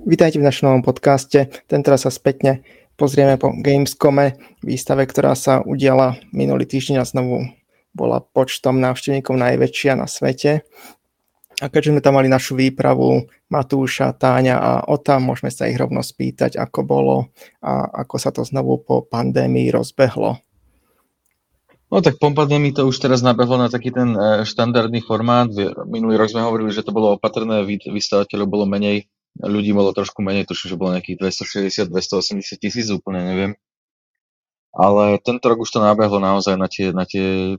Vítajte v našom novom podcaste. Tentoraz sa spätne pozrieme po Gamescome, výstave, ktorá sa udiala minulý týždeň a znovu bola počtom návštevníkov najväčšia na svete. A keďže sme tam mali našu výpravu Matúša, Táňa a Ota, môžeme sa ich rovno spýtať, ako bolo a ako sa to znovu po pandémii rozbehlo. No tak po pandémii to už teraz nabehlo na taký ten štandardný formát. Minulý rok sme hovorili, že to bolo opatrné, vystavateľov bolo menej, ľudí bolo trošku menej, tuším, že bolo nejakých 260-280 tisíc, úplne neviem. Ale tento rok už to nabehlo naozaj na tie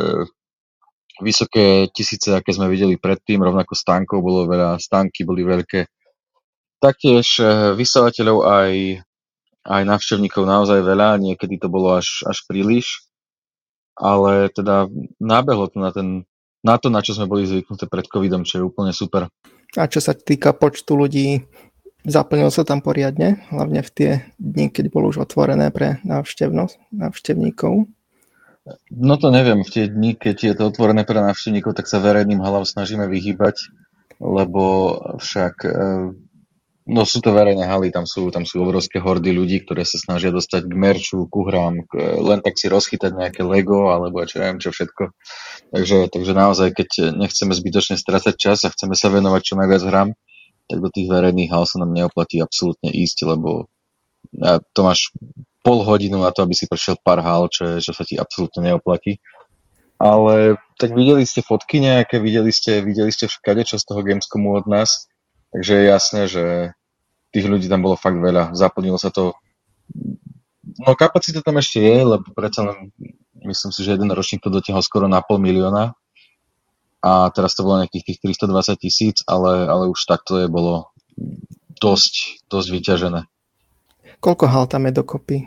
vysoké tisíce, aké sme videli predtým, rovnako stánkov bolo veľa, stánky boli veľké. Taktiež vystavateľov aj návštevníkov naozaj veľa, niekedy to bolo až príliš. Ale teda nábehlo to na to, na čo sme boli zvyknuté pred covidom, čo je úplne super. A čo sa týka počtu ľudí, zaplnilo sa tam poriadne, hlavne v tie dni, keď bolo už otvorené pre návštevníkov? No to neviem, v tie dni, keď je to otvorené pre návštevníkov, tak sa verejným halám snažíme vyhýbať, lebo však no sú to verejné haly, tam sú obrovské hordy ľudí, ktoré sa snažia dostať k merču, ku hrám, len tak si rozchytať nejaké Lego, alebo čo neviem čo všetko. Takže naozaj, keď nechceme zbytočne strácať čas a chceme sa venovať čo najviac hrám, tak do tých verejných hal sa nám neoplatí absolútne ísť, lebo to máš pol hodinu na to, aby si prešiel pár hal, čo sa ti absolútne neoplatí. Ale tak videli ste fotky nejaké, videli ste všade čo z toho Gamescomu od nás, takže je jasné, že tých ľudí tam bolo fakt veľa. Zaplnilo sa to. No kapacita tam ešte je, lebo predsa len myslím si, že jeden ročník to dotiahol skoro na 500 000 a teraz to bolo nejakých tých 320 000, ale už takto bolo dosť vyťažené. Koľko hal tam je dokopy?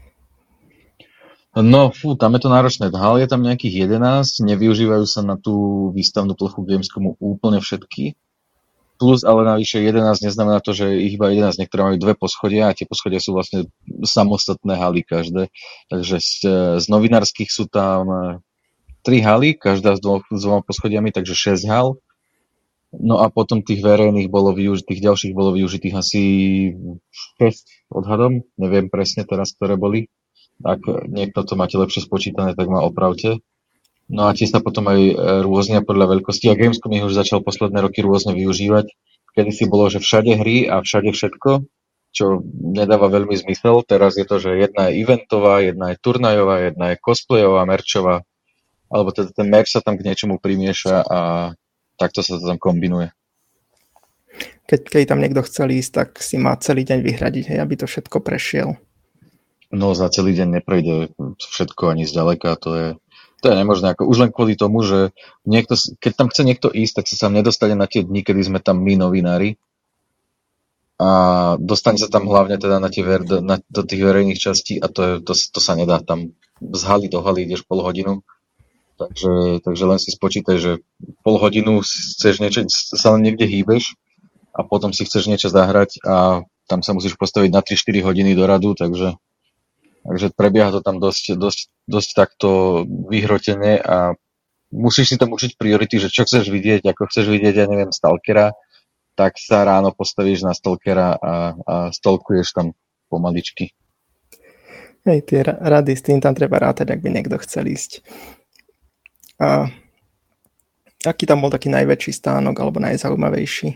No, tam je to náročné. Hal je tam nejakých 11, nevyužívajú sa na tú výstavnú plochu Gamescomu úplne všetky. Plus, ale navyše 11 neznamená to, že ich iba 11, niektoré majú 2 poschodia a tie poschodia sú vlastne samostatné haly každé. Takže z novinárskych sú tam 3 haly, každá s dvoma poschodiami, takže 6 hal. No a potom tých verejných tých ďalších bolo využitých asi 6 odhadom, neviem presne teraz, ktoré boli. Ak niekto to máte lepšie spočítané, tak ma opravte. No a tie sa potom aj rôznia podľa veľkosti a Gamescom ich už začal posledné roky rôzne využívať. Kedysi bolo, že všade hry a všade všetko, čo nedáva veľmi zmysel. Teraz je to, že jedna je eventová, jedna je turnajová, jedna je cosplayová, merčová, alebo teda ten merch sa tam k niečomu primieša a takto sa to tam kombinuje. Keď tam niekto chcel ísť, tak si má celý deň vyhradiť, aby to všetko prešiel. No za celý deň neprejde všetko ani zďaleka, to je nemožné, už len kvôli tomu, že keď tam chce niekto ísť, tak sa tam nedostane na tie dni, kedy sme tam my novinári a dostane sa tam hlavne teda do tých verejných častí a to sa nedá, tam z haly do haly ideš pol hodinu, takže len si spočítaj, že pol hodinu chceš niečo, sa len niekde hýbeš a potom si chceš niečo zahrať a tam sa musíš postaviť na 3-4 hodiny do radu, takže prebieha to tam dosť takto vyhrotene a musíš si tam určiť priority, že čo chceš vidieť, ako chceš vidieť, ja neviem, Stalkera, tak sa ráno postavíš na Stalkera a stalkuješ tam pomaličky. Hej, tie rady s tým tam treba rátať, ak by niekto chcel ísť. A aký tam bol taký najväčší stánok alebo najzaujímavejší?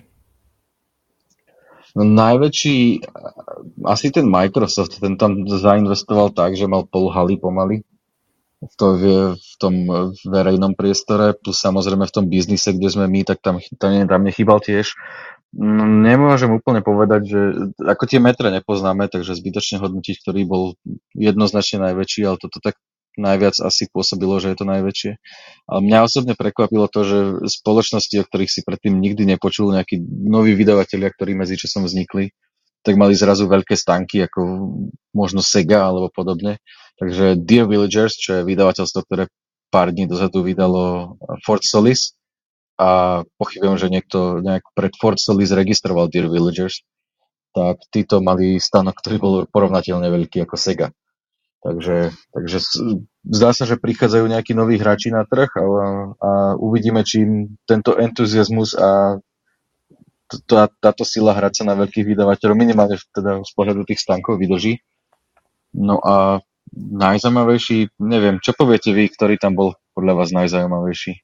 No najväčší, asi ten Microsoft, ten tam zainvestoval tak, že mal pol haly pomaly v tom verejnom priestore, plus samozrejme v tom biznise, kde sme my, tak tam nechýbal tiež. No, nemôžem úplne povedať, že ako tie metre nepoznáme, takže zbytočne hodnotiť, ktorý bol jednoznačne najväčší, ale toto tak najviac asi pôsobilo, že je to najväčšie. Ale mňa osobne prekvapilo to, že spoločnosti, o ktorých si predtým nikdy nepočul, nejakí noví vydavatelia, ktorí medzičasom vznikli, tak mali zrazu veľké stánky, ako možno Sega alebo podobne. Takže Dear Villagers, čo je vydavateľstvo, ktoré pár dní dozadu vydalo Fort Solis a pochybujem, že niekto pred Fort Solis registroval Dear Villagers, tak títo mali stánok, ktorý bol porovnateľne veľký ako Sega. Takže zdá sa, že prichádzajú nejakí noví hráči na trh a uvidíme, či im tento entuziasmus a táto sila hrať sa na veľkých vydavateľov, minimálne teda z pohľadu tých stánkov vydrží. No a najzaujímavejší, neviem, čo poviete vy, ktorý tam bol podľa vás najzaujímavejší?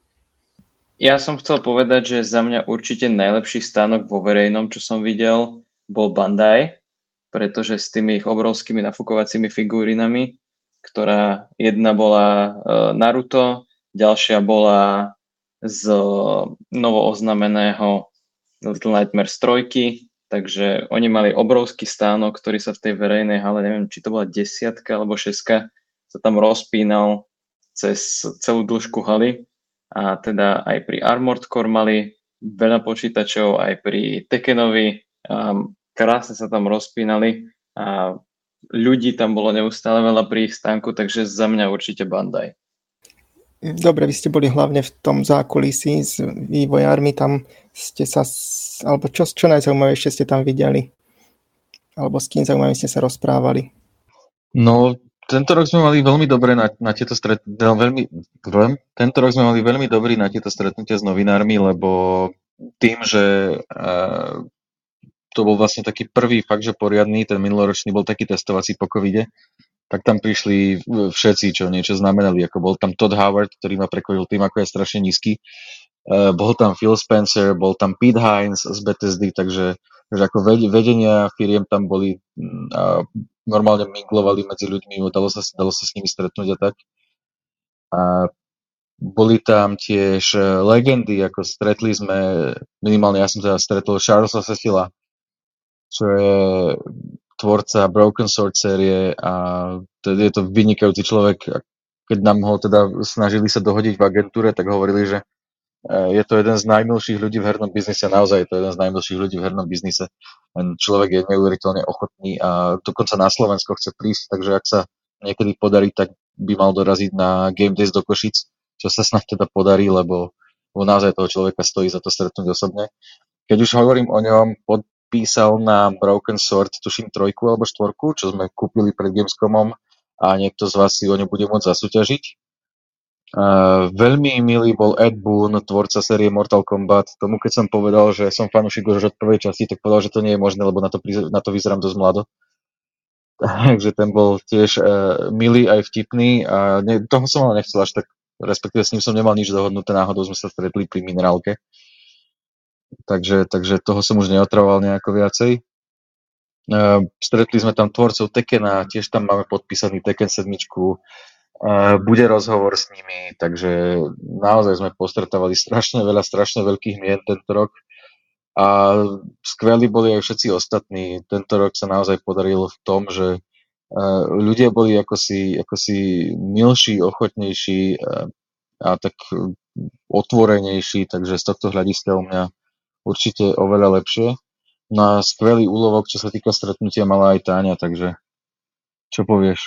Ja som chcel povedať, že za mňa určite najlepší stánok vo verejnom, čo som videl, bol Bandai, pretože s tými ich obrovskými nafukovacími figurinami, ktorá jedna bola Naruto, ďalšia bola z novooznameného Little Nightmares 3, takže oni mali obrovský stánok, ktorý sa v tej verejnej hale, neviem, či to bola 10 alebo 6, sa tam rozpínal cez celú dĺžku haly. A teda aj pri Armored Core mali veľa počítačov, aj pri Tekkenovi krásne sa tam rozpínali a ľudí tam bolo neustále veľa pri ich stánku, takže za mňa určite Bandai. Dobre, vy ste boli hlavne v tom zákulisí s vývojármi, tam ste sa, alebo čo najzaujímavejšie ste tam videli? Alebo s kým zaujímavým ste sa rozprávali? No, tento rok sme mali veľmi dobré na tieto stretnutia, tento rok sme mali veľmi dobrý na tieto stretnutia s novinármi, lebo tým, že to bol vlastne taký prvý fakt, že poriadny, ten minuloročný bol taký testovací po covide, tak tam prišli všetci, čo niečo znamenali, ako bol tam Todd Howard, ktorý ma prekvapil tým, ako je strašne nízky, bol tam Phil Spencer, bol tam Pete Hines z Bethesdy, takže ako vedenia firiem tam boli normálne minglovali medzi ľuďmi, dalo sa s nimi stretnúť a tak. A boli tam tiež legendy, ako stretli sme, minimálne ja som teda stretol Charlesa Cecila, čo je tvorca Broken Sword série a je to vynikajúci človek. Keď nám ho teda snažili sa dohodiť v agentúre, tak hovorili, že je to jeden z najmilších ľudí v hernom biznise, naozaj je to jeden z najmilších ľudí v hernom biznise. Ten človek je neuveriteľne ochotný a dokonca na Slovensko chce prísť, takže ak sa niekedy podarí, tak by mal doraziť na Game Days do Košic, čo sa snad teda podarí, lebo naozaj toho človeka stojí za to stretnúť osobne. Keď už hovorím o ňom, podpísal na Broken Sword, tuším 3 alebo 4, čo sme kúpili pred Gamescomom a niekto z vás si o ňu bude môcť zasúťažiť. Veľmi milý bol Ed Boon, tvorca série Mortal Kombat. Tomu keď som povedal, že som fanúšik už od prvej časti, tak povedal, že to nie je možné, lebo na to vyzerám dosť mlado. Takže ten bol tiež milý aj vtipný a toho som ale nechcel až tak, respektíve s ním som nemal nič dohodnuté, náhodou sme sa stretli pri minerálke. Takže toho som už neotravoval nejako viacej. Stretli sme tam tvorcov Tekkena, tiež tam máme podpísaný Tekken 7. Bude rozhovor s nimi, takže naozaj sme postretávali strašne veľkých mien tento rok a skvelí boli aj všetci ostatní. Tento rok sa naozaj podaril v tom, že ľudia boli akosi milší, ochotnejší a tak otvorenejší, takže z tohto hľadiska u mňa určite oveľa lepšie. No a skvelý úlovok, čo sa týka stretnutia, mala aj Táňa, takže čo povieš?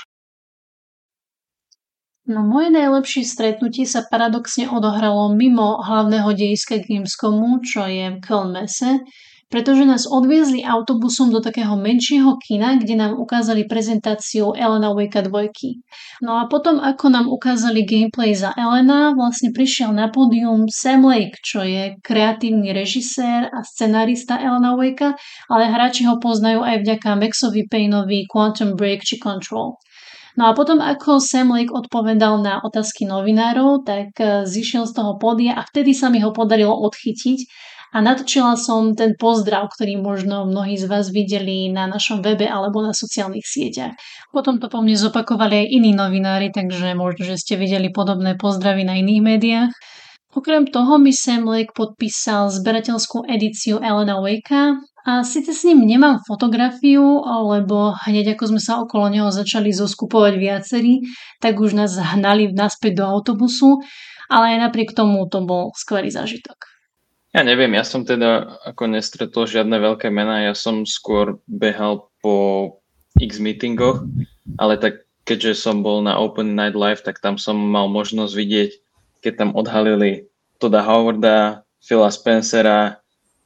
No moje najlepšie stretnutie sa paradoxne odohralo mimo hlavného dejiska Gamescomu, čo je v Kölnmesse, pretože nás odviezli autobusom do takého menšieho kina, kde nám ukázali prezentáciu Elena Wake 2. No a potom, ako nám ukázali gameplay za Elena, vlastne prišiel na pódium Sam Lake, čo je kreatívny režisér a scenárista Elena Wake, ale hráči ho poznajú aj vďaka Maxovi Payneovi, Quantum Break či Control. No a potom, ako Sam Lake odpovedal na otázky novinárov, tak zišiel z toho pódia a vtedy sa mi ho podarilo odchytiť a natočila som ten pozdrav, ktorý možno mnohí z vás videli na našom webe alebo na sociálnych sieťach. Potom to po mne zopakovali aj iní novinári, takže možno, že ste videli podobné pozdravy na iných médiách. Okrem toho mi Sam Lake podpísal zberateľskú edíciu Elena Wakea a síce s ním nemám fotografiu, lebo hneď ako sme sa okolo neho začali zoskupovať viacerí, tak už nás hnali naspäť do autobusu, ale aj napriek tomu to bol skvelý zážitok. Ja neviem, ja som teda ako nestretol žiadne veľké mená, ja som skôr behal po X meetingoch, ale tak keďže som bol na Open Night Live, tak tam som mal možnosť vidieť, keď tam odhalili Todda Howarda, Phila Spencera,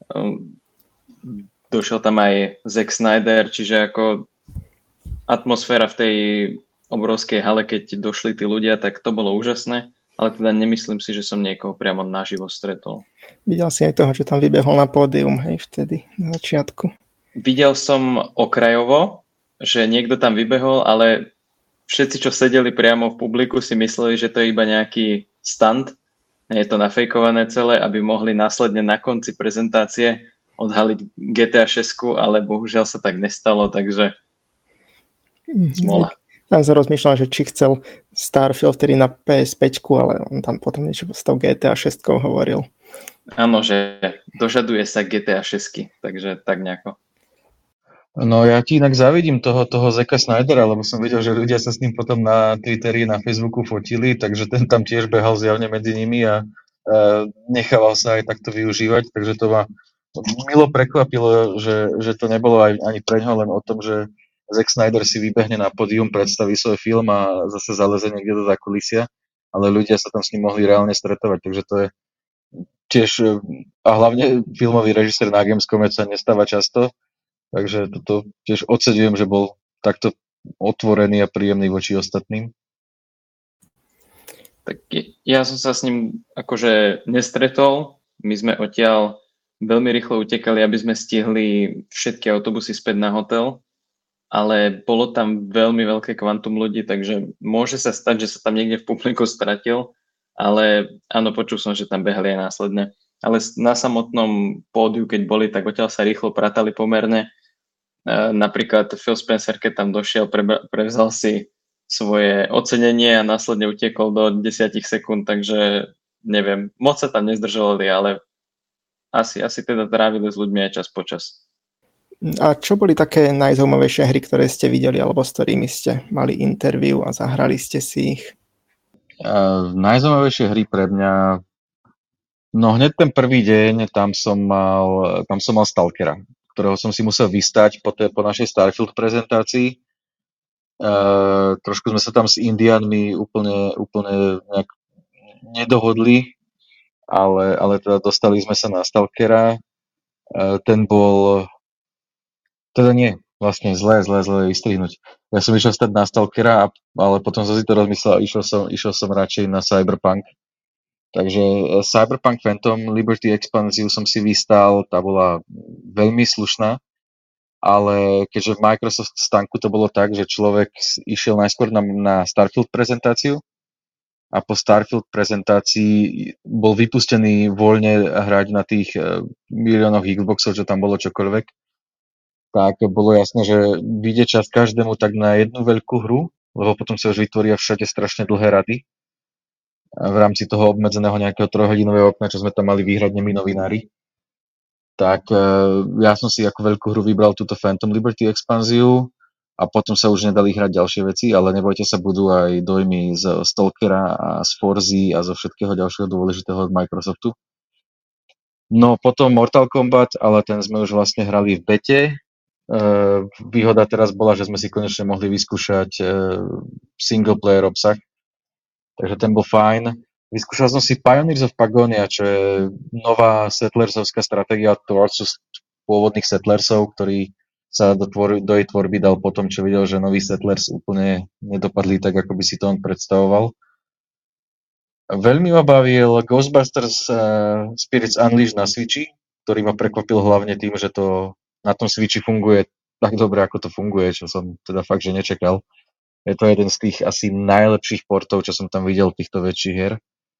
došiel tam aj Zack Snyder, čiže ako atmosféra v tej obrovskej hale, keď došli tí ľudia, tak to bolo úžasné. ale teda nemyslím si, že som niekoho priamo naživo stretol. Videl si aj toho, že tam vybehol na pódium, hej, vtedy, na začiatku. Videl som okrajovo, že niekto tam vybehol, ale všetci, čo sedeli priamo v publiku, si mysleli, že to je iba nejaký stand. Je to nafejkované celé, aby mohli následne na konci prezentácie odhaliť GTA 6, ale bohužiaľ sa tak nestalo, takže smola. Ja som rozmýšľal, že či chcel Starfield vtedy na PS5, ale on tam potom niečo s tou GTA 6 hovoril. Áno, že dožaduje sa GTA 6, takže tak nejako. No ja ti inak závidím toho Zacka Snydera, lebo som videl, že ľudia sa s ním potom na Twitteri, na Facebooku fotili, takže ten tam tiež behal zjavne medzi nimi a nechával sa aj takto využívať, takže to ma milo prekvapilo, že to nebolo ani pre ňoho len o tom, že Zack Snyder si vybehne na pódium, predstaví svoj film a zase zaleze niekde do zákulisia, ale ľudia sa tam s ním mohli reálne stretovať, takže to je tiež, a hlavne filmový režisér na Gamescome sa nestáva často, takže toto tiež oceňujem, že bol takto otvorený a príjemný voči ostatným. Tak ja som sa s ním akože nestretol, my sme odtiaľ veľmi rýchlo utekali, aby sme stihli všetky autobusy späť na hotel, ale bolo tam veľmi veľké kvantum ľudí, takže môže sa stať, že sa tam niekde v publiku stratil, ale áno, počul som, že tam behali aj následne. Ale na samotnom pódiu, keď boli, tak odtiaľ sa rýchlo pratali pomerne. Napríklad Phil Spencer, keď tam došiel, prevzal si svoje ocenenie a následne utiekol do 10 sekúnd, takže neviem, moc sa tam nezdržovali, ale asi teda trávili s ľuďmi aj čas po čas. A čo boli také najzaujímavejšie hry, ktoré ste videli, alebo s ktorými ste mali interview a zahrali ste si ich? Najzaujímavejšie hry pre mňa, no hneď ten prvý deň, tam som mal Stalkera, ktorého som si musel vystať po našej Starfield prezentácii. Trošku sme sa tam s Indiánmi úplne nejak nedohodli, ale teda dostali sme sa na Stalkera. Ten bol, teda nie, vlastne zle vystrihnúť. Ja som išiel stať na Stalkera, ale potom som si to rozmyslel a išiel som radšej na Cyberpunk. Takže Cyberpunk Phantom Liberty Expansiu som si vystal, tá bola veľmi slušná, ale keďže v Microsoft stánku to bolo tak, že človek išiel najskôr na Starfield prezentáciu a po Starfield prezentácii bol vypustený voľne hrať na tých miliónoch Xboxov, čo tam bolo čokoľvek, tak bolo jasné, že vyjde čas každému tak na jednu veľkú hru, lebo potom sa už vytvoria všade strašne dlhé rady v rámci toho obmedzeného nejakého 3-hodinového okna, čo sme tam mali výhradne my novinári. Tak ja som si ako veľkú hru vybral túto Phantom Liberty expanziu a potom sa už nedali hrať ďalšie veci, ale nebojte sa, budú aj dojmy z Stalkera a z Forzy a zo všetkého ďalšieho dôležitého od Microsoftu. No potom Mortal Kombat, ale ten sme už vlastne hrali v bete. Výhoda teraz bola, že sme si konečne mohli vyskúšať single player obsah, takže ten bol fajn. Vyskúšal som si Pioneers of Pagonia, čo je nová settlersovská stratégia od tvorcu pôvodných settlersov, ktorý sa do jej tvorby dal po tom, čo videl, že noví settlers úplne nedopadli tak, ako by si to on predstavoval. Veľmi ma bavil Ghostbusters Spirits Unleashed na Switchi, ktorý ma prekvapil hlavne tým, že to na tom Switchi funguje tak dobre, ako to funguje, čo som teda fakt, že nečakal. Je to jeden z tých asi najlepších portov, čo som tam videl týchto väčších hier.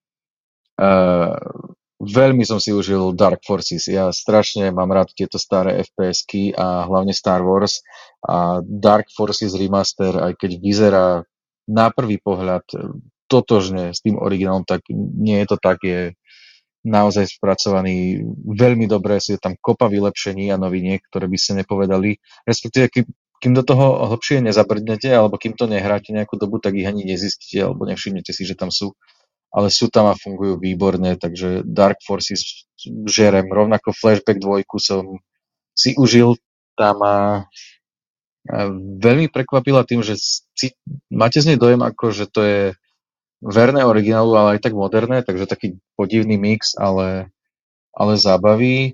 Veľmi som si užil Dark Forces. Ja strašne mám rád tieto staré FPS-ky a hlavne Star Wars. A Dark Forces Remaster, aj keď vyzerá na prvý pohľad totožne s tým originálom, tak nie je to tak, je naozaj spracovaný veľmi dobre, je tam kopa vylepšení a noviniek, ktoré by ste nepovedali. Respektíve, kým do toho hlbšie nezabrdnete, alebo kým to nehráte nejakú dobu, tak ich ani nezistíte, alebo nevšimnete si, že tam sú. Ale sú tam a fungujú výborne, takže Dark Forces žerem. Rovnako Flashback 2 som si užil. Tá ma veľmi prekvapila tým, že máte z nej dojem, ako že to je verné originálu, ale aj tak moderné, takže taký podivný mix, ale zábaví.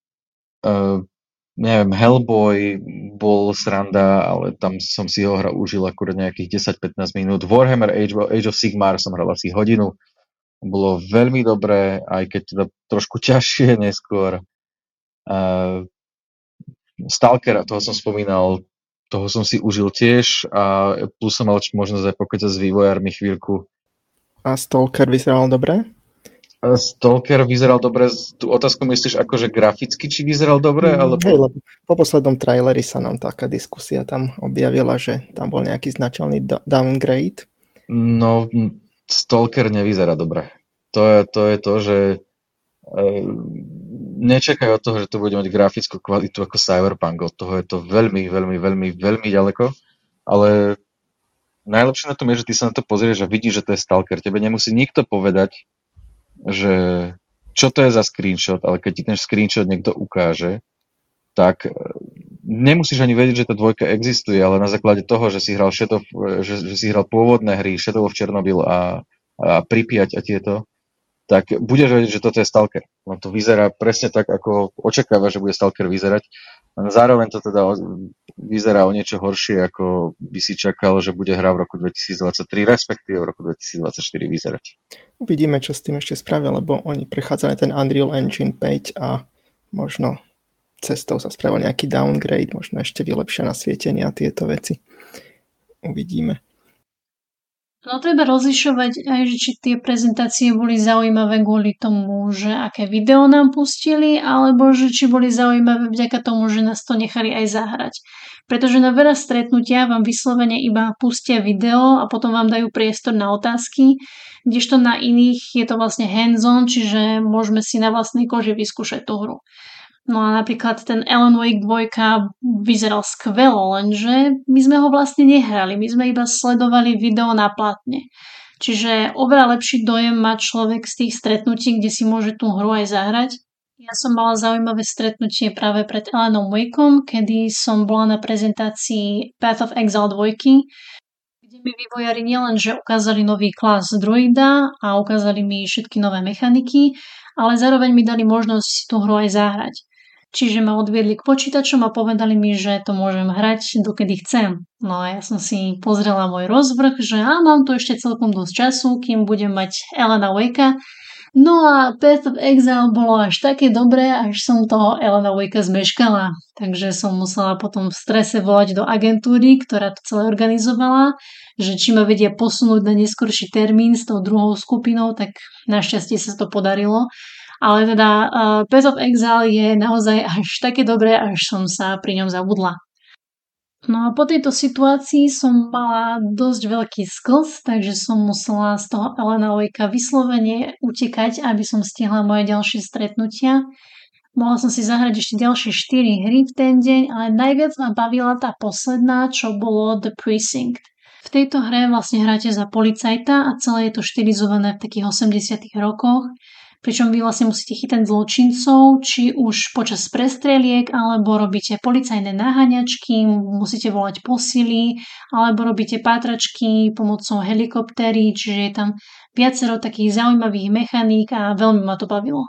Neviem, Hellboy bol sranda, ale tam som si ho užil akurát nejakých 10-15 minút. Warhammer Age of Sigmar som hral asi hodinu. bolo veľmi dobré, aj keď teda trošku ťažšie neskôr. Stalkera, toho som spomínal, toho som si užil tiež a plus som mal možnosť aj pokecať s vývojármi chvíľku. A Stalker vyzeral dobre? Stalker vyzeral dobre, tú otázku myslíš akože graficky, či vyzeral dobre? Alebo... Hej, lebo po poslednom traileri sa nám taká diskusia tam objavila, že tam bol nejaký značný downgrade. No, Stalker nevyzerá dobre. To je to, že nečakaj od toho, že to bude mať grafickú kvalitu ako Cyberpunk. Od toho je to veľmi, veľmi, veľmi, veľmi ďaleko. Ale najlepšie na tom je, že ty sa na to pozrieš a vidíš, že to je Stalker. Tebe nemusí nikto povedať, že čo to je za screenshot, ale keď ti ten screenshot niekto ukáže, tak nemusíš ani vedieť, že tá dvojka existuje, ale na základe toho, že si hral že si hral pôvodné hry Shadow of Chernobyl a Pripyat a tieto, tak budeš vedieť, že toto je Stalker. No to vyzerá presne tak, ako očakáva, že bude Stalker vyzerať. A zároveň to teda vyzerá o niečo horšie, ako by si čakal, že bude hra v roku 2023, respektíve v roku 2024 vyzerať. Uvidíme, čo s tým ešte spravia, lebo oni prechádzali ten Unreal Engine 5 a možno cestou sa spravil nejaký downgrade, možno ešte vylepšia nasvietenie a tieto veci. Uvidíme. No treba rozlišovať aj, že či tie prezentácie boli zaujímavé kvôli tomu, že aké video nám pustili, alebo že či boli zaujímavé vďaka tomu, že nás to nechali aj zahrať. Pretože na veľa stretnutia vám vyslovene iba pustia video a potom vám dajú priestor na otázky, kdežto na iných je to vlastne hands-on, čiže môžeme si na vlastnej koži vyskúšať tú hru. No a napríklad ten Alan Wake 2 vyzeral skvelo, lenže my sme ho vlastne nehrali, my sme iba sledovali video na platne. Čiže oveľa lepší dojem má človek z tých stretnutí, kde si môže tú hru aj zahrať. Ja som mala zaujímavé stretnutie práve pred Alanom Wakeom, kedy som bola na prezentácii Path of Exile 2, kde mi vývojári nielenže ukázali nový klas droida a ukázali mi všetky nové mechaniky, ale zároveň mi dali možnosť si tú hru aj zahrať. Čiže ma odviedli k počítačom a povedali mi, že to môžem hrať dokedy chcem. No a ja som si pozrela môj rozvrh, že mám tu ešte celkom dosť času, kým budem mať Alana Wakea. No a Path of Exile bolo až také dobré, až som toho Alana Wakea zmeškala. Takže som musela potom v strese volať do agentúry, ktorá to celé organizovala, že či ma vedia posunúť na neskorší termín s tou druhou skupinou, tak našťastie sa to podarilo. Ale teda Path of Exile je naozaj až také dobré, až som sa pri ňom zabudla. No a po tejto situácii som mala dosť veľký sklz, takže som musela z toho Alana Wakea vyslovene utekať, aby som stihla moje ďalšie stretnutia. Mohla som si zahrať ešte ďalšie 4 hry v ten deň, ale najviac ma bavila tá posledná, čo bolo The Precinct. V tejto hre vlastne hráte za policajta a celé je to štylizované v takých 80 rokoch. Pričom vy vlastne musíte chytať zločincov, či už počas prestreliek, alebo robíte policajné naháňačky, musíte volať posily, alebo robíte pátračky pomocou helikoptéry, čiže je tam viacero takých zaujímavých mechaník a veľmi ma to bavilo.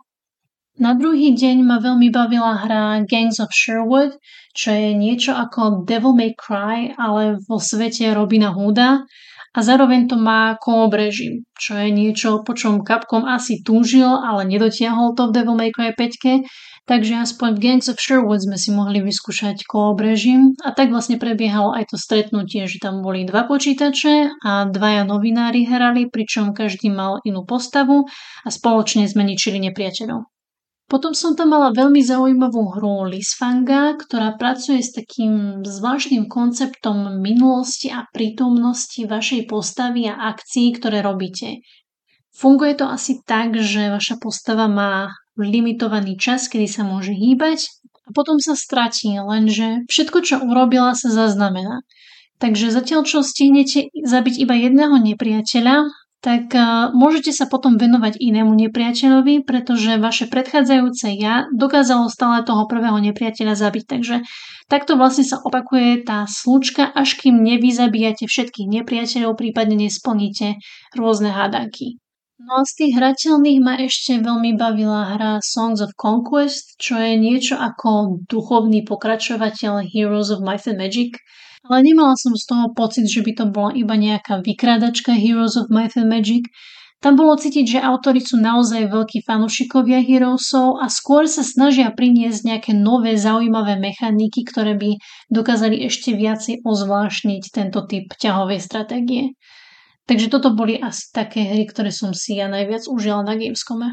Na druhý deň ma veľmi bavila hra Gangs of Sherwood, čo je niečo ako Devil May Cry, ale vo svete Robina Hooda. A zároveň to má co-op režim, čo je niečo, po čom Capcom asi túžil, ale nedotiahol to v Devil May Cry 5, takže aspoň v Gangs of Sherwood sme si mohli vyskúšať co-op režim a tak vlastne prebiehalo aj to stretnutie, že tam boli 2 počítače a 2 novinári hrali, pričom každý mal inú postavu a spoločne sme ničili nepriateľov. Potom som tam mala veľmi zaujímavú hru Lisfanga, ktorá pracuje s takým zvláštnym konceptom minulosti a prítomnosti vašej postavy a akcií, ktoré robíte. Funguje to asi tak, že vaša postava má limitovaný čas, kedy sa môže hýbať a potom sa stratí, lenže všetko, čo urobila, sa zaznamená. Takže zatiaľ, čo stihnete zabiť iba jedného nepriateľa, tak môžete sa potom venovať inému nepriateľovi, pretože vaše predchádzajúce ja dokázalo stále toho prvého nepriateľa zabiť. Takže takto vlastne sa opakuje tá slučka, až kým nevyzabíjate všetkých nepriateľov, prípadne nesplníte rôzne hádanky. No a z tých hrateľných ma ešte veľmi bavila hra Songs of Conquest, čo je niečo ako duchovný pokračovateľ Heroes of Might and Magic. Ale nemala som z toho pocit, že by to bola iba nejaká vykrádačka Heroes of Might and Magic. Tam bolo cítiť, že autori sú naozaj veľkí fanúšikovia Heroesov a skôr sa snažia priniesť nejaké nové zaujímavé mechaniky, ktoré by dokázali ešte viacej ozvláštniť tento typ ťahovej stratégie. Takže toto boli asi také hry, ktoré som si ja najviac užila na Gamescome.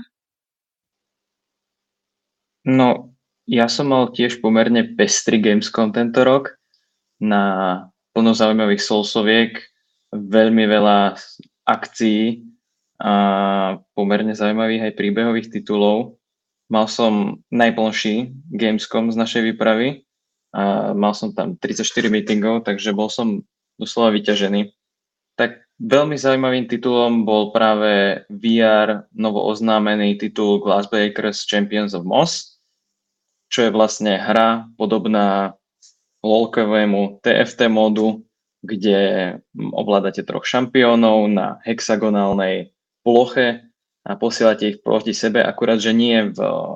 No, ja som mal tiež pomerne pestrý Gamescom tento rok. Na plno zaujímavých soulsoviek, veľmi veľa akcií a pomerne zaujímavých aj príbehových titulov. Mal som najplnší Gamescom z našej výpravy a mal som tam 34 meetingov, takže bol som doslova vyťažený. Tak veľmi zaujímavým titulom bol práve VR novo oznámený titul Glassbreakers Champions of Moss, čo je vlastne hra podobná lolkovému TFT módu, kde ovládate 3 šampiónov na hexagonálnej ploche a posielate ich proti sebe, akurát, že nie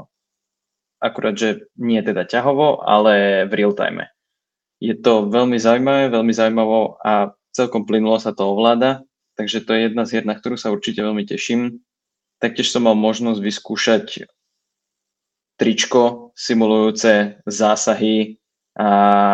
teda ťahovo, ale v real time. Je to veľmi zaujímavé a celkom plynulo sa to ovláda, takže to je jedna z hier, na ktorú sa určite veľmi teším. Taktiež som mal možnosť vyskúšať tričko simulujúce zásahy a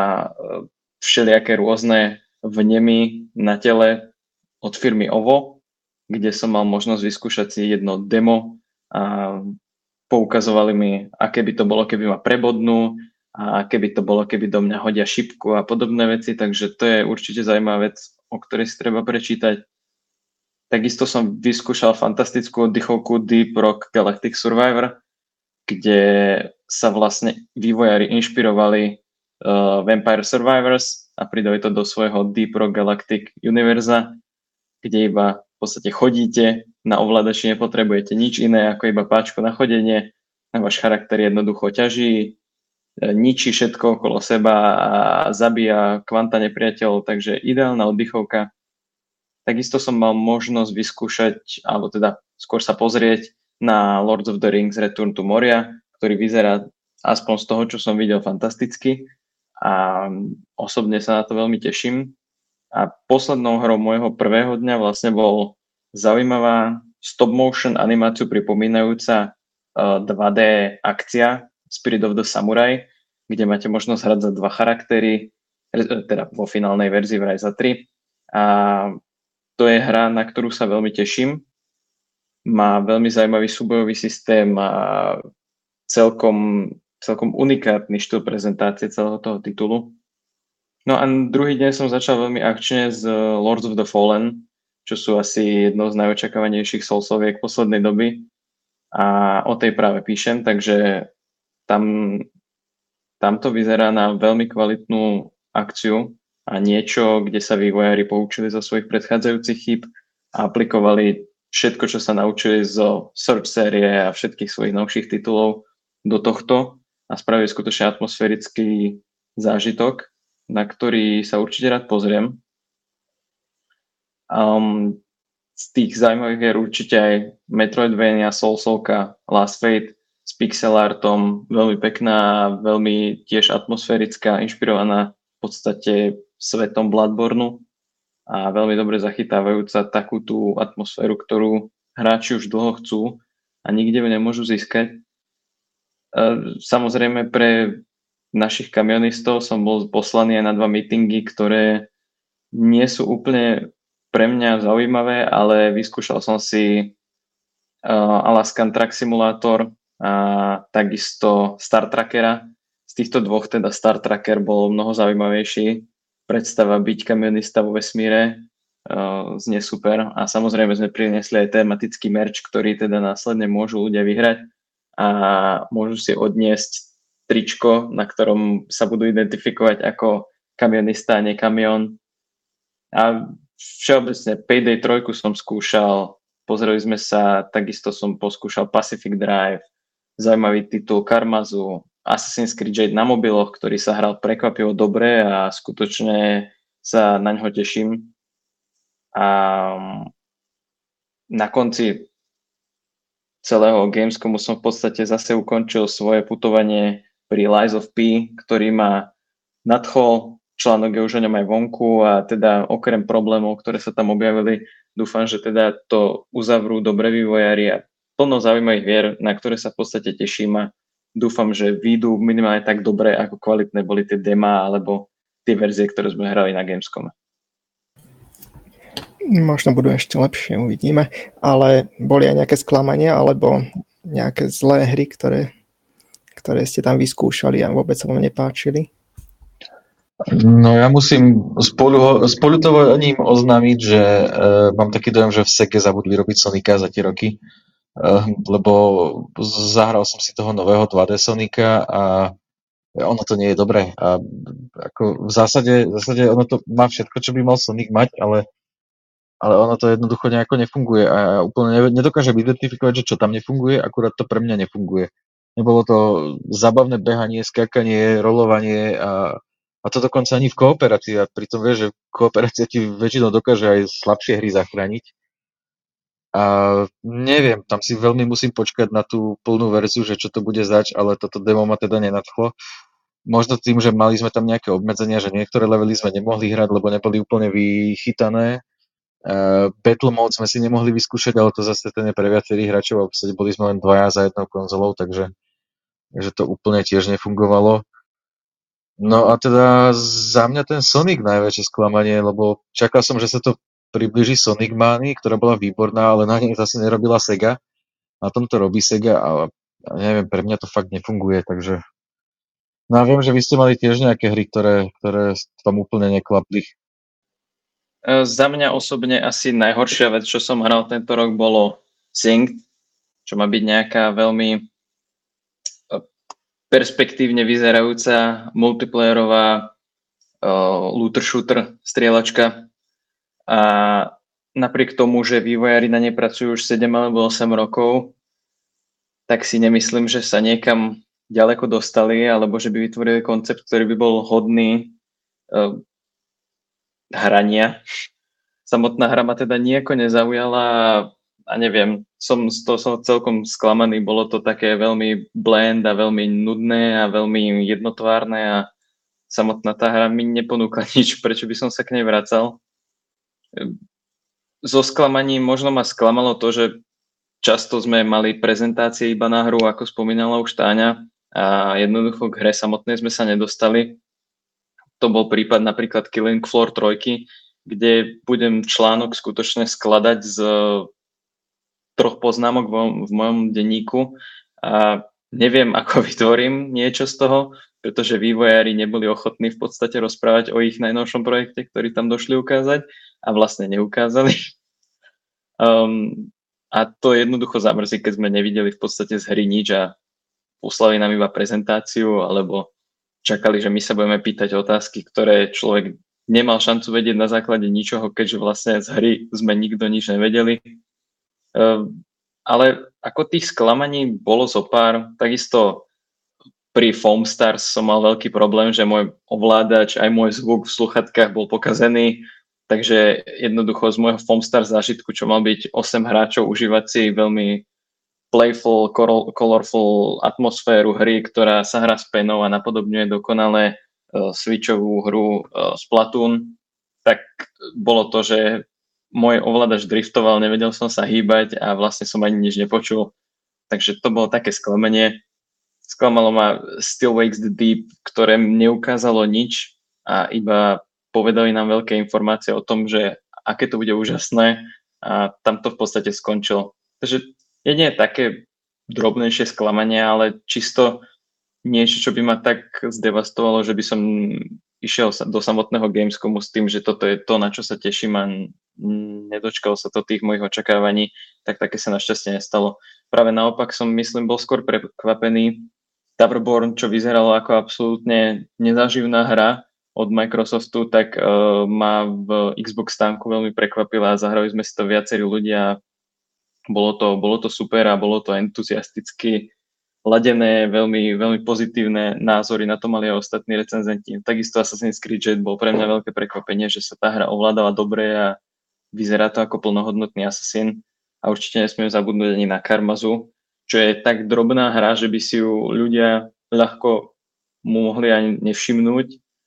všelijaké rôzne vnemy na tele od firmy OVO, kde som mal možnosť vyskúšať si jedno demo a poukazovali mi, aké by to bolo, keby ma prebodnú a aké by to bolo, keby do mňa hodia šipku a podobné veci, takže to je určite zaujímavá vec, o ktorej si treba prečítať. Takisto som vyskúšal fantastickú oddychovku Deep Rock Galactic Survivor, kde sa vlastne vývojári inšpirovali Vampire Survivors a pridali to do svojho Deep Rock Galactic univerza, kde iba v podstate chodíte, na ovládači nepotrebujete nič iné ako iba páčku na chodenie a váš charakter jednoducho ťaží, ničí všetko okolo seba a zabíja kvanta nepriateľov, takže ideálna oddychovka. Takisto som mal možnosť vyskúšať, alebo teda skôr sa pozrieť na Lord of the Rings Return to Moria, ktorý vyzerá aspoň z toho, čo som videl, fantasticky a osobne sa na to veľmi teším. A poslednou hrou môjho prvého dňa vlastne bol zaujímavá stop motion animáciu pripomínajúca 2D akcia Spirit of the Samurai, kde máte možnosť hrať za 2 charaktery, teda vo finálnej verzii vraj za 3. A to je hra, na ktorú sa veľmi teším. Má veľmi zaujímavý súbojový systém a celkom unikátny štýl prezentácie celého toho titulu. No a druhý deň som začal veľmi akčne z Lords of the Fallen, čo sú asi jednou z najočakávanejších soulsoviek poslednej doby. A o tej práve píšem, takže tam to vyzerá na veľmi kvalitnú akciu a niečo, kde sa vývojári poučili zo svojich predchádzajúcich chýb a aplikovali všetko, čo sa naučili zo Search série a všetkých svojich novších titulov do tohto a spravili skutočne atmosférický zážitok, na ktorý sa určite rád pozriem. Z tých zaujímavých hier určite aj Metroidvania, Soulsovka, Last Fate s pixel artom, veľmi pekná, veľmi tiež atmosférická, inšpirovaná v podstate svetom Bloodborneu a veľmi dobre zachytávajúca takú tú atmosféru, ktorú hráči už dlho chcú a nikde ju nemôžu získať. Samozrejme pre našich kamionistov som bol poslaný aj na 2 meetingy, ktoré nie sú úplne pre mňa zaujímavé, ale vyskúšal som si Alaskan Truck Simulator a takisto Star Trackera. Z týchto dvoch teda Star Tracker bol mnoho zaujímavejší. Predstava byť kamionista vo vesmíre znie super a samozrejme sme priniesli aj tematický merch, ktorý teda následne môžu ľudia vyhrať a môžu si odniesť tričko, na ktorom sa budú identifikovať ako kamionista a nie kamión. A všeobecne Payday 3 som skúšal, pozreli sme sa, takisto som poskúšal Pacific Drive, zaujímavý titul Karmazu, Assassin's Creed Jade na mobiloch, ktorý sa hral prekvapivo dobre a skutočne sa na ňo teším. A na konci celého Gamescomu som v podstate zase ukončil svoje putovanie pri Lies of P, ktorý ma nadchol článok je už o ňom aj vonku a teda okrem problémov, ktoré sa tam objavili, dúfam, že teda to uzavrú dobre vývojári a plno zaujímavých hier, na ktoré sa v podstate teším a dúfam, že výjdu minimálne tak dobre, ako kvalitné boli tie demá alebo tie verzie, ktoré sme hrali na Gamescome. Možno budú ešte lepšie, uvidíme. Ale boli aj nejaké sklamania alebo nejaké zlé hry, ktoré ste tam vyskúšali a vôbec sa vám nepáčili? No ja musím s poľutovaním oznámiť, že mám taký dojem, že v Sege zabudli robiť Sonika za tie roky, lebo zahral som si toho nového 2D Sonika a ono to nie je dobré. A ako v zásade ono to má všetko, čo by mal Sonic mať, ale ono to jednoducho nejako nefunguje a ja úplne nedokážem identifikovať, že čo tam nefunguje, akurát to pre mňa nefunguje. Nebolo to zábavné behanie, skákanie, rolovanie a to dokonca ani v kooperácii. A pritom vieš, že kooperácia ti väčšinou dokáže aj slabšie hry zachrániť. A neviem, tam si veľmi musím počkať na tú plnú verziu, že čo to bude zač, ale toto demo ma teda nenadchlo. Možno tým, že mali sme tam nejaké obmedzenia, že niektoré levely sme nemohli hrať, lebo neboli úplne vychytané. Battle mode sme si nemohli vyskúšať, ale to zase ten je pre viacerých hráčov a v podstate boli sme len dvaja za jednou konzolou, takže to úplne tiež nefungovalo. No a teda za mňa ten Sonic najväčšie sklamanie, lebo čakal som, že sa to priblíži Sonic Manii, ktorá bola výborná, ale na nej zase nerobila Sega. Na tom to robí Sega a neviem, pre mňa to fakt nefunguje, takže no a viem, že vy ste mali tiež nejaké hry, ktoré tam úplne neklapli. Za mňa osobne asi najhoršia vec, čo som hral tento rok, bolo Synced, čo má byť nejaká veľmi perspektívne vyzerajúca multiplayerová looter shooter strieľačka. A napriek tomu, že vývojári na nej pracujú už 7 alebo 8 rokov, tak si nemyslím, že sa niekam ďaleko dostali, alebo že by vytvorili koncept, ktorý by bol hodný hrania. Samotná hra ma teda nejako nezaujala a neviem, som z toho celkom sklamaný. Bolo to také veľmi blend a veľmi nudné a veľmi jednotvárne a samotná tá hra mi neponúkla nič, prečo by som sa k nej vracal. So sklamaním možno ma sklamalo to, že často sme mali prezentácie iba na hru, ako spomínala už Táňa, a jednoducho k hre samotnej sme sa nedostali. To bol prípad napríklad Killing Floor 3, kde budem článok skutočne skladať z 3 poznámok v mojom denníku a neviem, ako vytvorím niečo z toho, pretože vývojári neboli ochotní v podstate rozprávať o ich najnovšom projekte, ktorý tam došli ukázať a vlastne neukázali. A to jednoducho zamrzí, keď sme nevideli v podstate z hry nič a poslali nám iba prezentáciu alebo čakali, že my sa budeme pýtať otázky, ktoré človek nemal šancu vedieť na základe ničoho, keďže vlastne z hry sme nikto nič nevedeli. Ale ako tých sklamaní bolo zo pár, takisto pri Foam Stars som mal veľký problém, že môj ovládač, aj môj zvuk v sluchatkách bol pokazený, takže jednoducho z môjho Foam Stars zážitku, čo mal byť 8 hráčov, užívať si veľmi playful, colorful atmosféru hry, ktorá sa hrá s penou a napodobňuje dokonale switchovú hru Splatoon, tak bolo to, že môj ovládač driftoval, nevedel som sa hýbať a vlastne som ani nič nepočul. Takže to bolo také sklamenie. Sklamalo ma Still Wakes the Deep, ktoré neukázalo nič a iba povedali nám veľké informácie o tom, že aké to bude úžasné a tam to v podstate skončilo. Takže jedine také drobnejšie sklamanie, ale čisto niečo, čo by ma tak zdevastovalo, že by som išiel do samotného Gamescomu s tým, že toto je to, na čo sa teším a nedočkal sa to tých mojich očakávaní, tak také sa našťastie nestalo. Práve naopak som, myslím, bol skôr prekvapený. Towerborn, čo vyzeralo ako absolútne nezaživná hra od Microsoftu, tak ma v Xbox stánku veľmi prekvapila a zahrali sme si to viacerí ľudia. Bolo to super a bolo to entuziasticky ladené, veľmi, veľmi pozitívne názory na to mali aj ostatní recenzenti. Takisto Assassin's Creed Jet bol pre mňa veľké prekvapenie, že sa tá hra ovládala dobre a vyzerá to ako plnohodnotný Assassin. A určite nesmiem zabudnúť ani na Karmazu, čo je tak drobná hra, že by si ju ľudia ľahko mohli ani nevšimnúť,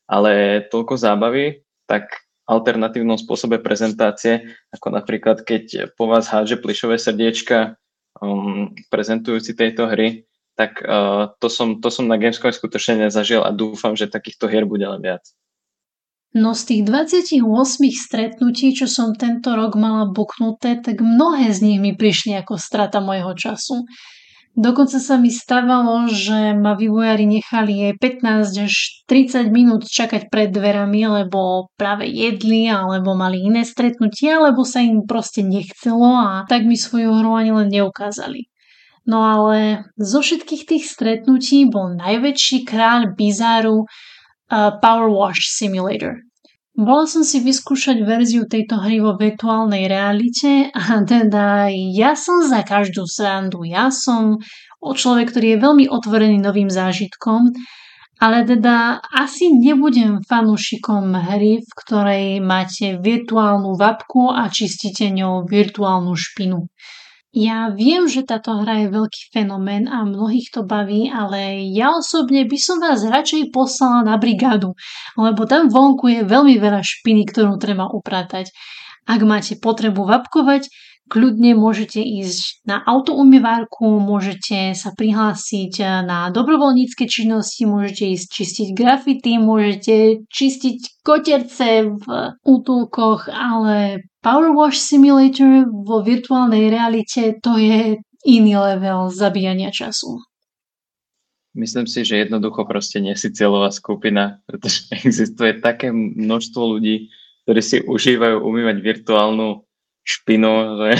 ale toľko zábavy, tak alternatívnom spôsobe prezentácie, ako napríklad keď po vás hádže plyšové srdiečka prezentujúci tejto hry, tak to som na Gamescome skutočne nezažil a dúfam, že takýchto hier bude len viac. No z tých 28 stretnutí, čo som tento rok mala buknuté, tak mnohé z nich mi prišli ako strata mojho času. Dokonca sa mi stávalo, že ma vývojári nechali aj 15 až 30 minút čakať pred dverami, lebo práve jedli, alebo mali iné stretnutie, alebo sa im proste nechcelo a tak mi svoju hru ani len neukázali. No ale zo všetkých tých stretnutí bol najväčší kráľ bizáru Power Wash Simulator. Bola som si vyskúšať verziu tejto hry vo virtuálnej realite a teda ja som za každú srandu. Ja som človek, ktorý je veľmi otvorený novým zážitkom, ale teda asi nebudem fanúšikom hry, v ktorej máte virtuálnu vapku a čistíte ňou virtuálnu špinu. Ja viem, že táto hra je veľký fenomén a mnohých to baví, ale ja osobne by som vás radšej poslala na brigádu, lebo tam vonku je veľmi veľa špiny, ktorú treba upratať. Ak máte potrebu vapkovať, kľudne môžete ísť na autoumývárku, môžete sa prihlásiť na dobrovoľnícke činnosti, môžete ísť čistiť grafity, môžete čistiť koterce v útulkoch, ale Power Wash Simulator vo virtuálnej realite to je iný level zabíjania času. Myslím si, že jednoducho proste nie si cieľová skupina, pretože existuje také množstvo ľudí, ktorí si užívajú umývať virtuálnu špinu, že...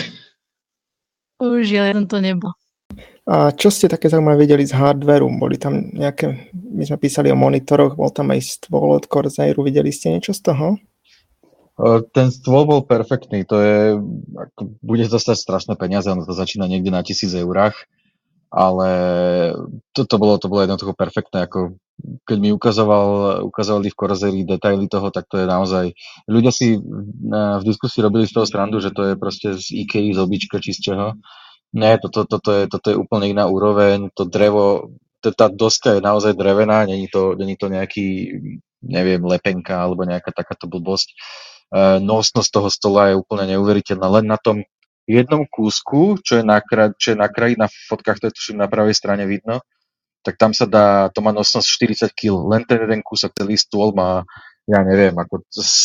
Už ja som to nebol. A čo ste také zaujímavé videli z hardwareu? Boli tam nejaké, my sme písali o monitoroch, bol tam aj stôl od Corsairu, videli ste niečo z toho? Ten stôl bol perfektný, to je, bude to stať strašné peniaze, ono to začína niekde na 1,000 eurách, ale to bolo jednoducho perfektné, ako keď mi ukazovali v Corsairi detaily toho, tak to je naozaj, ľudia si v diskusii robili z toho srandu, že to je proste z IKEA, z obička čistého. Nie, toto je úplne iná úroveň, to drevo, tá doska je naozaj drevená, není to nejaký, neviem, lepenka alebo nejaká takáto blbosť. Nosnosť toho stola je úplne neuveriteľná. Len na tom jednom kúsku, čo je na kraji, na fotkách to je tuším na pravej strane vidno, tak tam to má nosnosť 40 kg. Len ten jeden kúsok, celý stôl má, ja neviem, ako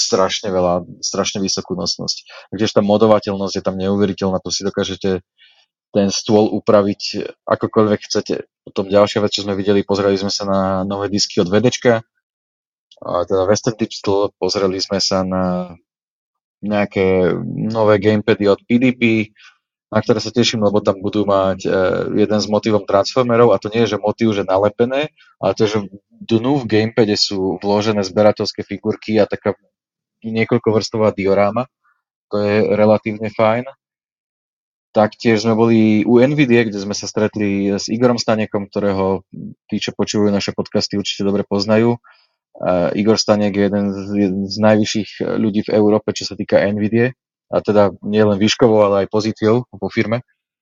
strašne vysokú nosnosť. Takže tá modovateľnosť je tam neuveriteľná, to si dokážete ten stôl upraviť akokoľvek chcete. Potom ďalšia vec, čo sme videli, pozreli sme sa na nové disky od VDčka, teda Western Digital, pozreli sme sa na nejaké nové gamepady od PDP, na ktoré sa teším, lebo tam budú mať jeden s motivom Transformerov, a to nie je, že motív, že nalepené, ale to je, že dnu v gamepade sú vložené zberateľské figurky a taká niekoľkovrstová dioráma. To je relatívne fajn. Taktiež sme boli u NVIDIA, kde sme sa stretli s Igorom Staniekom, ktorého tí, čo počúvajú naše podcasty, určite dobre poznajú. Igor Staniek je jeden z najvyšších ľudí v Európe, čo sa týka NVIDIA, a teda nie len výškovo, ale aj pozíciou po firme.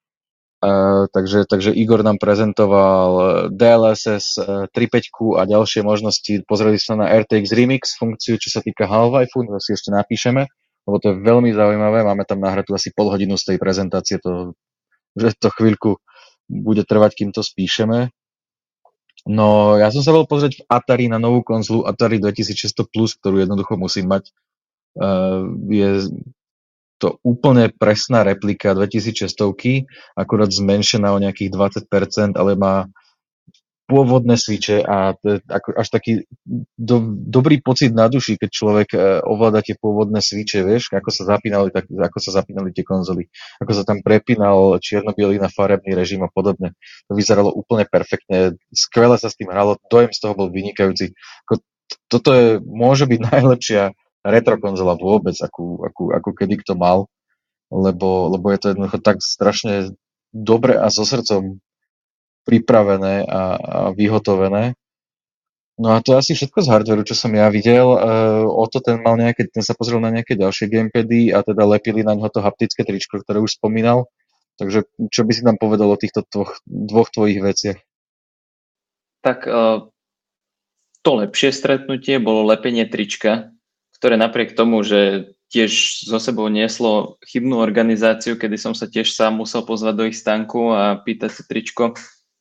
Takže Igor nám prezentoval DLSS 3.5 a ďalšie možnosti. Pozreli sme na RTX Remix funkciu, čo sa týka Half-Life, to si ešte napíšeme, lebo to je veľmi zaujímavé. Máme tam nahratú asi pol hodinu z tej prezentácie, že to chvíľku bude trvať, kým to spíšeme. No, ja som sa bol pozrieť v Atari na novú konzolu Atari 2600 Plus, ktorú jednoducho musím mať. Je to úplne presná replika 2600, akurát zmenšená o nejakých 20%, ale má pôvodné switche a to je až taký dobrý pocit na duši, keď človek ovláda tie pôvodné switche, vieš, ako sa zapínali tie konzoly, ako sa tam prepínal čierno-bielý na farebný režim a podobne. To vyzeralo úplne perfektne, skvele sa s tým hralo, dojem z toho bol vynikajúci. Toto môže byť najlepšia retro konzola vôbec, ako kedy kto mal, lebo je to jednoducho tak strašne dobre a so srdcom pripravené a vyhotovené. No a to je asi všetko z hardwareu, čo som ja videl. Ten sa pozrel na nejaké ďalšie gamepady a teda lepili na ňo to haptické tričko, ktoré už spomínal. Takže čo by si nám povedal o týchto dvoch tvojich veciach? Tak to lepšie stretnutie bolo lepenie trička, ktoré napriek tomu, že tiež zo sebou nieslo chybnú organizáciu, kedy som sa tiež sám musel pozvať do ich stánku a pýtať si tričko,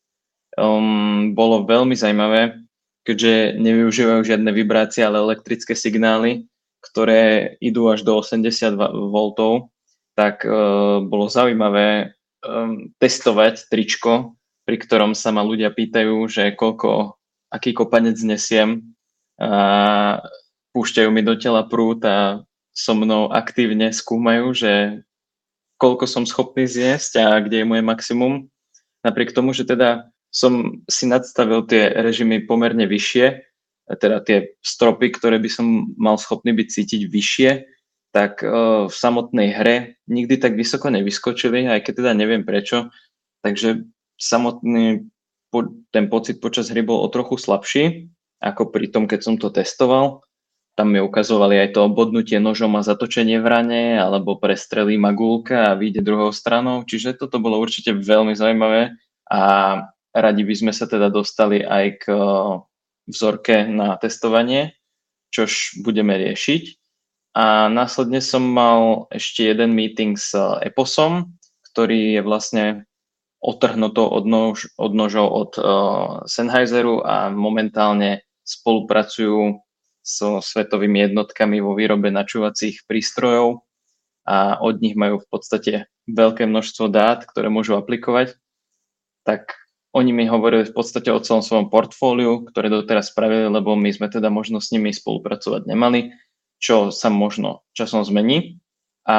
bolo veľmi zaujímavé, keďže nevyužívajú žiadne vibrácie, ale elektrické signály, ktoré idú až do 80 V, tak bolo zaujímavé testovať tričko, pri ktorom sa ma ľudia pýtajú, že aký kopanec nesiem, a púšťajú mi do tela prúd a so mnou aktívne skúmajú, že koľko som schopný zjesť a kde je moje maximum. Napriek tomu, že teda som si nadstavil tie režimy pomerne vyššie, teda tie stropy, ktoré by som mal schopný byť cítiť vyššie, tak v samotnej hre nikdy tak vysoko nevyskočili, aj keď teda neviem prečo. Takže samotný ten pocit počas hry bol o trochu slabší, ako pri tom, keď som to testoval. Tam mi ukazovali aj to bodnutie nožom a zatočenie v rane, alebo prestrelí ma guľka a vyjde druhou stranou. Čiže toto bolo určite veľmi zaujímavé a radi by sme sa teda dostali aj k vzorke na testovanie, čož budeme riešiť. A následne som mal ešte jeden meeting s Eposom, ktorý je vlastne otrhnutou od nožov od Sennheiseru a momentálne spolupracujú so svetovými jednotkami vo výrobe načúvacích prístrojov a od nich majú v podstate veľké množstvo dát, ktoré môžu aplikovať. Tak oni mi hovorili v podstate o celom svojom portfóliu, ktoré doteraz spravili, lebo my sme teda možno s nimi spolupracovať nemali, čo sa možno časom zmení. A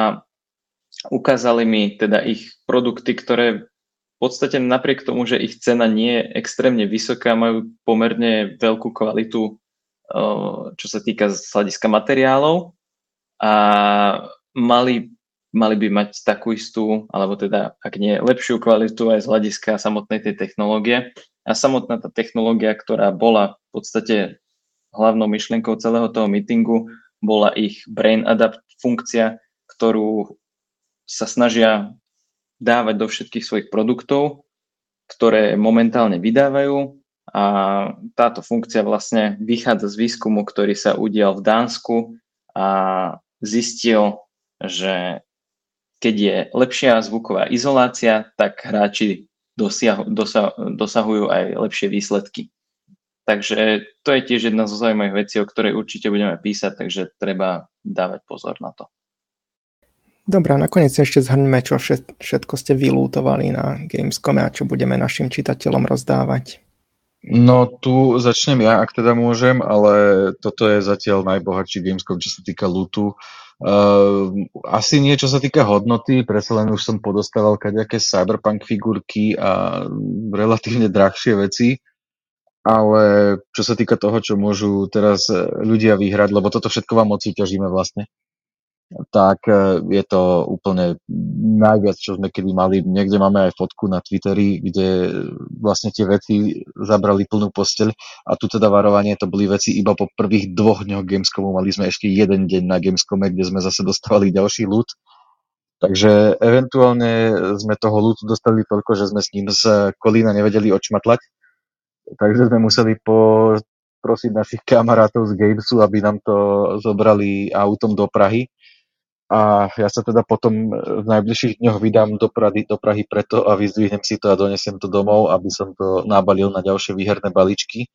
ukázali mi teda ich produkty, ktoré v podstate napriek tomu, že ich cena nie je extrémne vysoká, majú pomerne veľkú kvalitu, čo sa týka z hľadiska materiálov a mali by mať takú istú, alebo teda ak nie lepšiu kvalitu aj z hľadiska samotnej tej technológie. A samotná tá technológia, ktorá bola v podstate hlavnou myšlienkou celého toho meetingu, bola ich Brain Adapt funkcia, ktorú sa snažia dávať do všetkých svojich produktov, ktoré momentálne vydávajú. A táto funkcia vlastne vychádza z výskumu, ktorý sa udial v Dánsku a zistil, že keď je lepšia zvuková izolácia, tak hráči dosahujú aj lepšie výsledky. Takže to je tiež jedna zo zaujímavých vecí, o ktorej určite budeme písať, takže treba dávať pozor na to. Dobre, nakoniec ešte zhrňme, čo všetko ste vylútovali na Gamescome a čo budeme našim čitateľom rozdávať. No tu začnem ja, ak teda môžem, ale toto je zatiaľ najbohatší Gamescom, čo sa týka lootu. Asi nie, čo sa týka hodnoty, predsa len už som podostával kadejaké cyberpunk figurky a relatívne drahšie veci, ale čo sa týka toho, čo môžu teraz ľudia vyhrať, lebo toto všetko vám odsúťažíme vlastne, tak je to úplne najviac, čo sme kedy mali. Niekde máme aj fotku na Twitteri, kde vlastne tie veci zabrali plnú posteľ a tu teda varovanie, to boli veci iba po prvých 2 dňoch Gamescomu, mali sme ešte jeden deň na Gamescome, kde sme zase dostávali ďalší loot. Takže eventuálne sme toho lootu dostali toľko, že sme s ním z Kolína nevedeli odšmatlať, takže sme museli prosiť našich kamarátov z Gamesu, aby nám to zobrali autom do Prahy. A ja sa teda potom v najbližších dňoch vydám do Prahy preto a vyzdvihnem si to a donesiem to domov, aby som to nabalil na ďalšie výherné balíčky.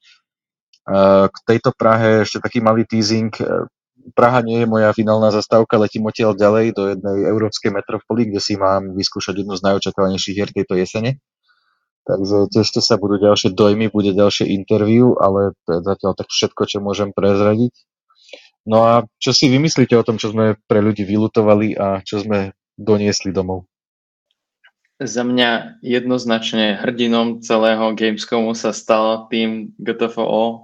K tejto Prahe ešte taký malý teasing. Praha nie je moja finálna zastávka, letím odtiaľ ďalej do jednej európskej metropoly, kde si mám vyskúšať jednu z najočakávanejších hier tejto jesene. Takže tešte sa, budú ďalšie dojmy, bude ďalšie interview, ale to je zatiaľ tak všetko, čo môžem prezradiť. No a čo si vymyslíte o tom, čo sme pre ľudí vylutovali a čo sme doniesli domov? Za mňa jednoznačne hrdinom celého Gamescomu sa stal tým GTFO,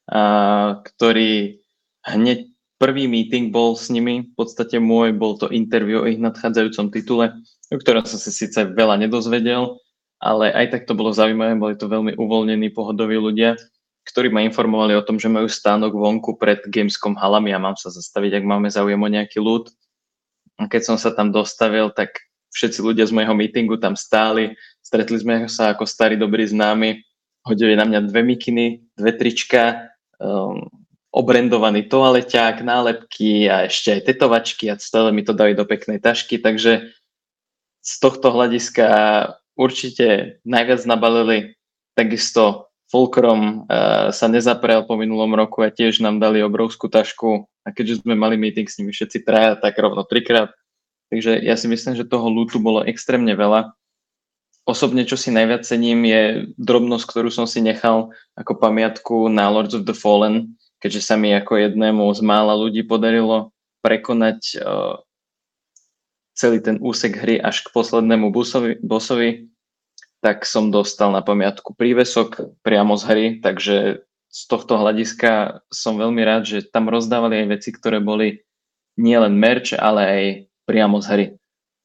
ktorý hneď prvý meeting bol s nimi, v podstate môj, bol to interview o ich nadchádzajúcom titule, o ktorom som si síce veľa nedozvedel, ale aj tak to bolo zaujímavé, boli to veľmi uvoľnení, pohodoví ľudia, ktorí ma informovali o tom, že majú stánok vonku pred Gamescom halami a mám sa zastaviť, ak máme záujem o nejaký loot. A keď som sa tam dostavil, tak všetci ľudia z môjho meetingu tam stáli, stretli sme sa ako starí dobrí známi, hodili na mňa 2 mikiny, 2 trička obrendovaný toaleťák, nálepky a ešte aj tetovačky a stále mi to dali do peknej tašky, takže z tohto hľadiska určite najviac nabalili. Takisto Fulcrum sa nezaprel po minulom roku a tiež nám dali obrovskú tašku a keďže sme mali meeting s nimi všetci traja, tak rovno 3-krát. Takže ja si myslím, že toho lootu bolo extrémne veľa. Osobne, čo si najviac cením, je drobnosť, ktorú som si nechal ako pamiatku na Lords of the Fallen, keďže sa mi ako jednému z mála ľudí podarilo prekonať celý ten úsek hry až k poslednému bossovi, tak som dostal na pamiatku prívesok priamo z hry, takže z tohto hľadiska som veľmi rád, že tam rozdávali aj veci, ktoré boli nielen merch, ale aj priamo z hry.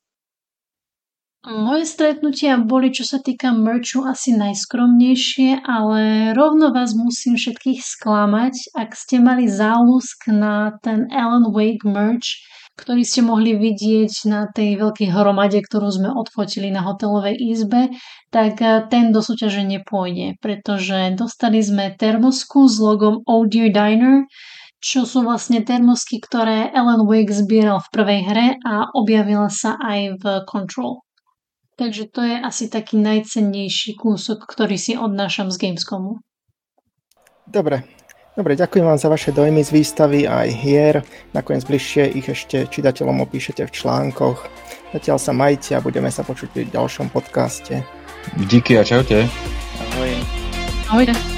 Moje stretnutia boli, čo sa týka merchu, asi najskromnejšie, ale rovno vás musím všetkých sklamať, ak ste mali záľusk na ten Alan Wake merch, ktorý ste mohli vidieť na tej veľkej hromade, ktorú sme odfotili na hotelovej izbe, tak ten do súťaže nepôjde, pretože dostali sme termosku s logom Oh Dear Diner, čo sú vlastne termosky, ktoré Alan Wake zbieral v prvej hre a objavila sa aj v Control. Takže to je asi taký najcennejší kúsok, ktorý si odnášam z Gamescomu. Dobre, ďakujem vám za vaše dojmy z výstavy aj hier. Nakoniec bližšie ich ešte čitateľom opíšete v článkoch. Zatiaľ sa majte a budeme sa počuť v ďalšom podcaste. Díky a čaute. Ahoj. Ahojte.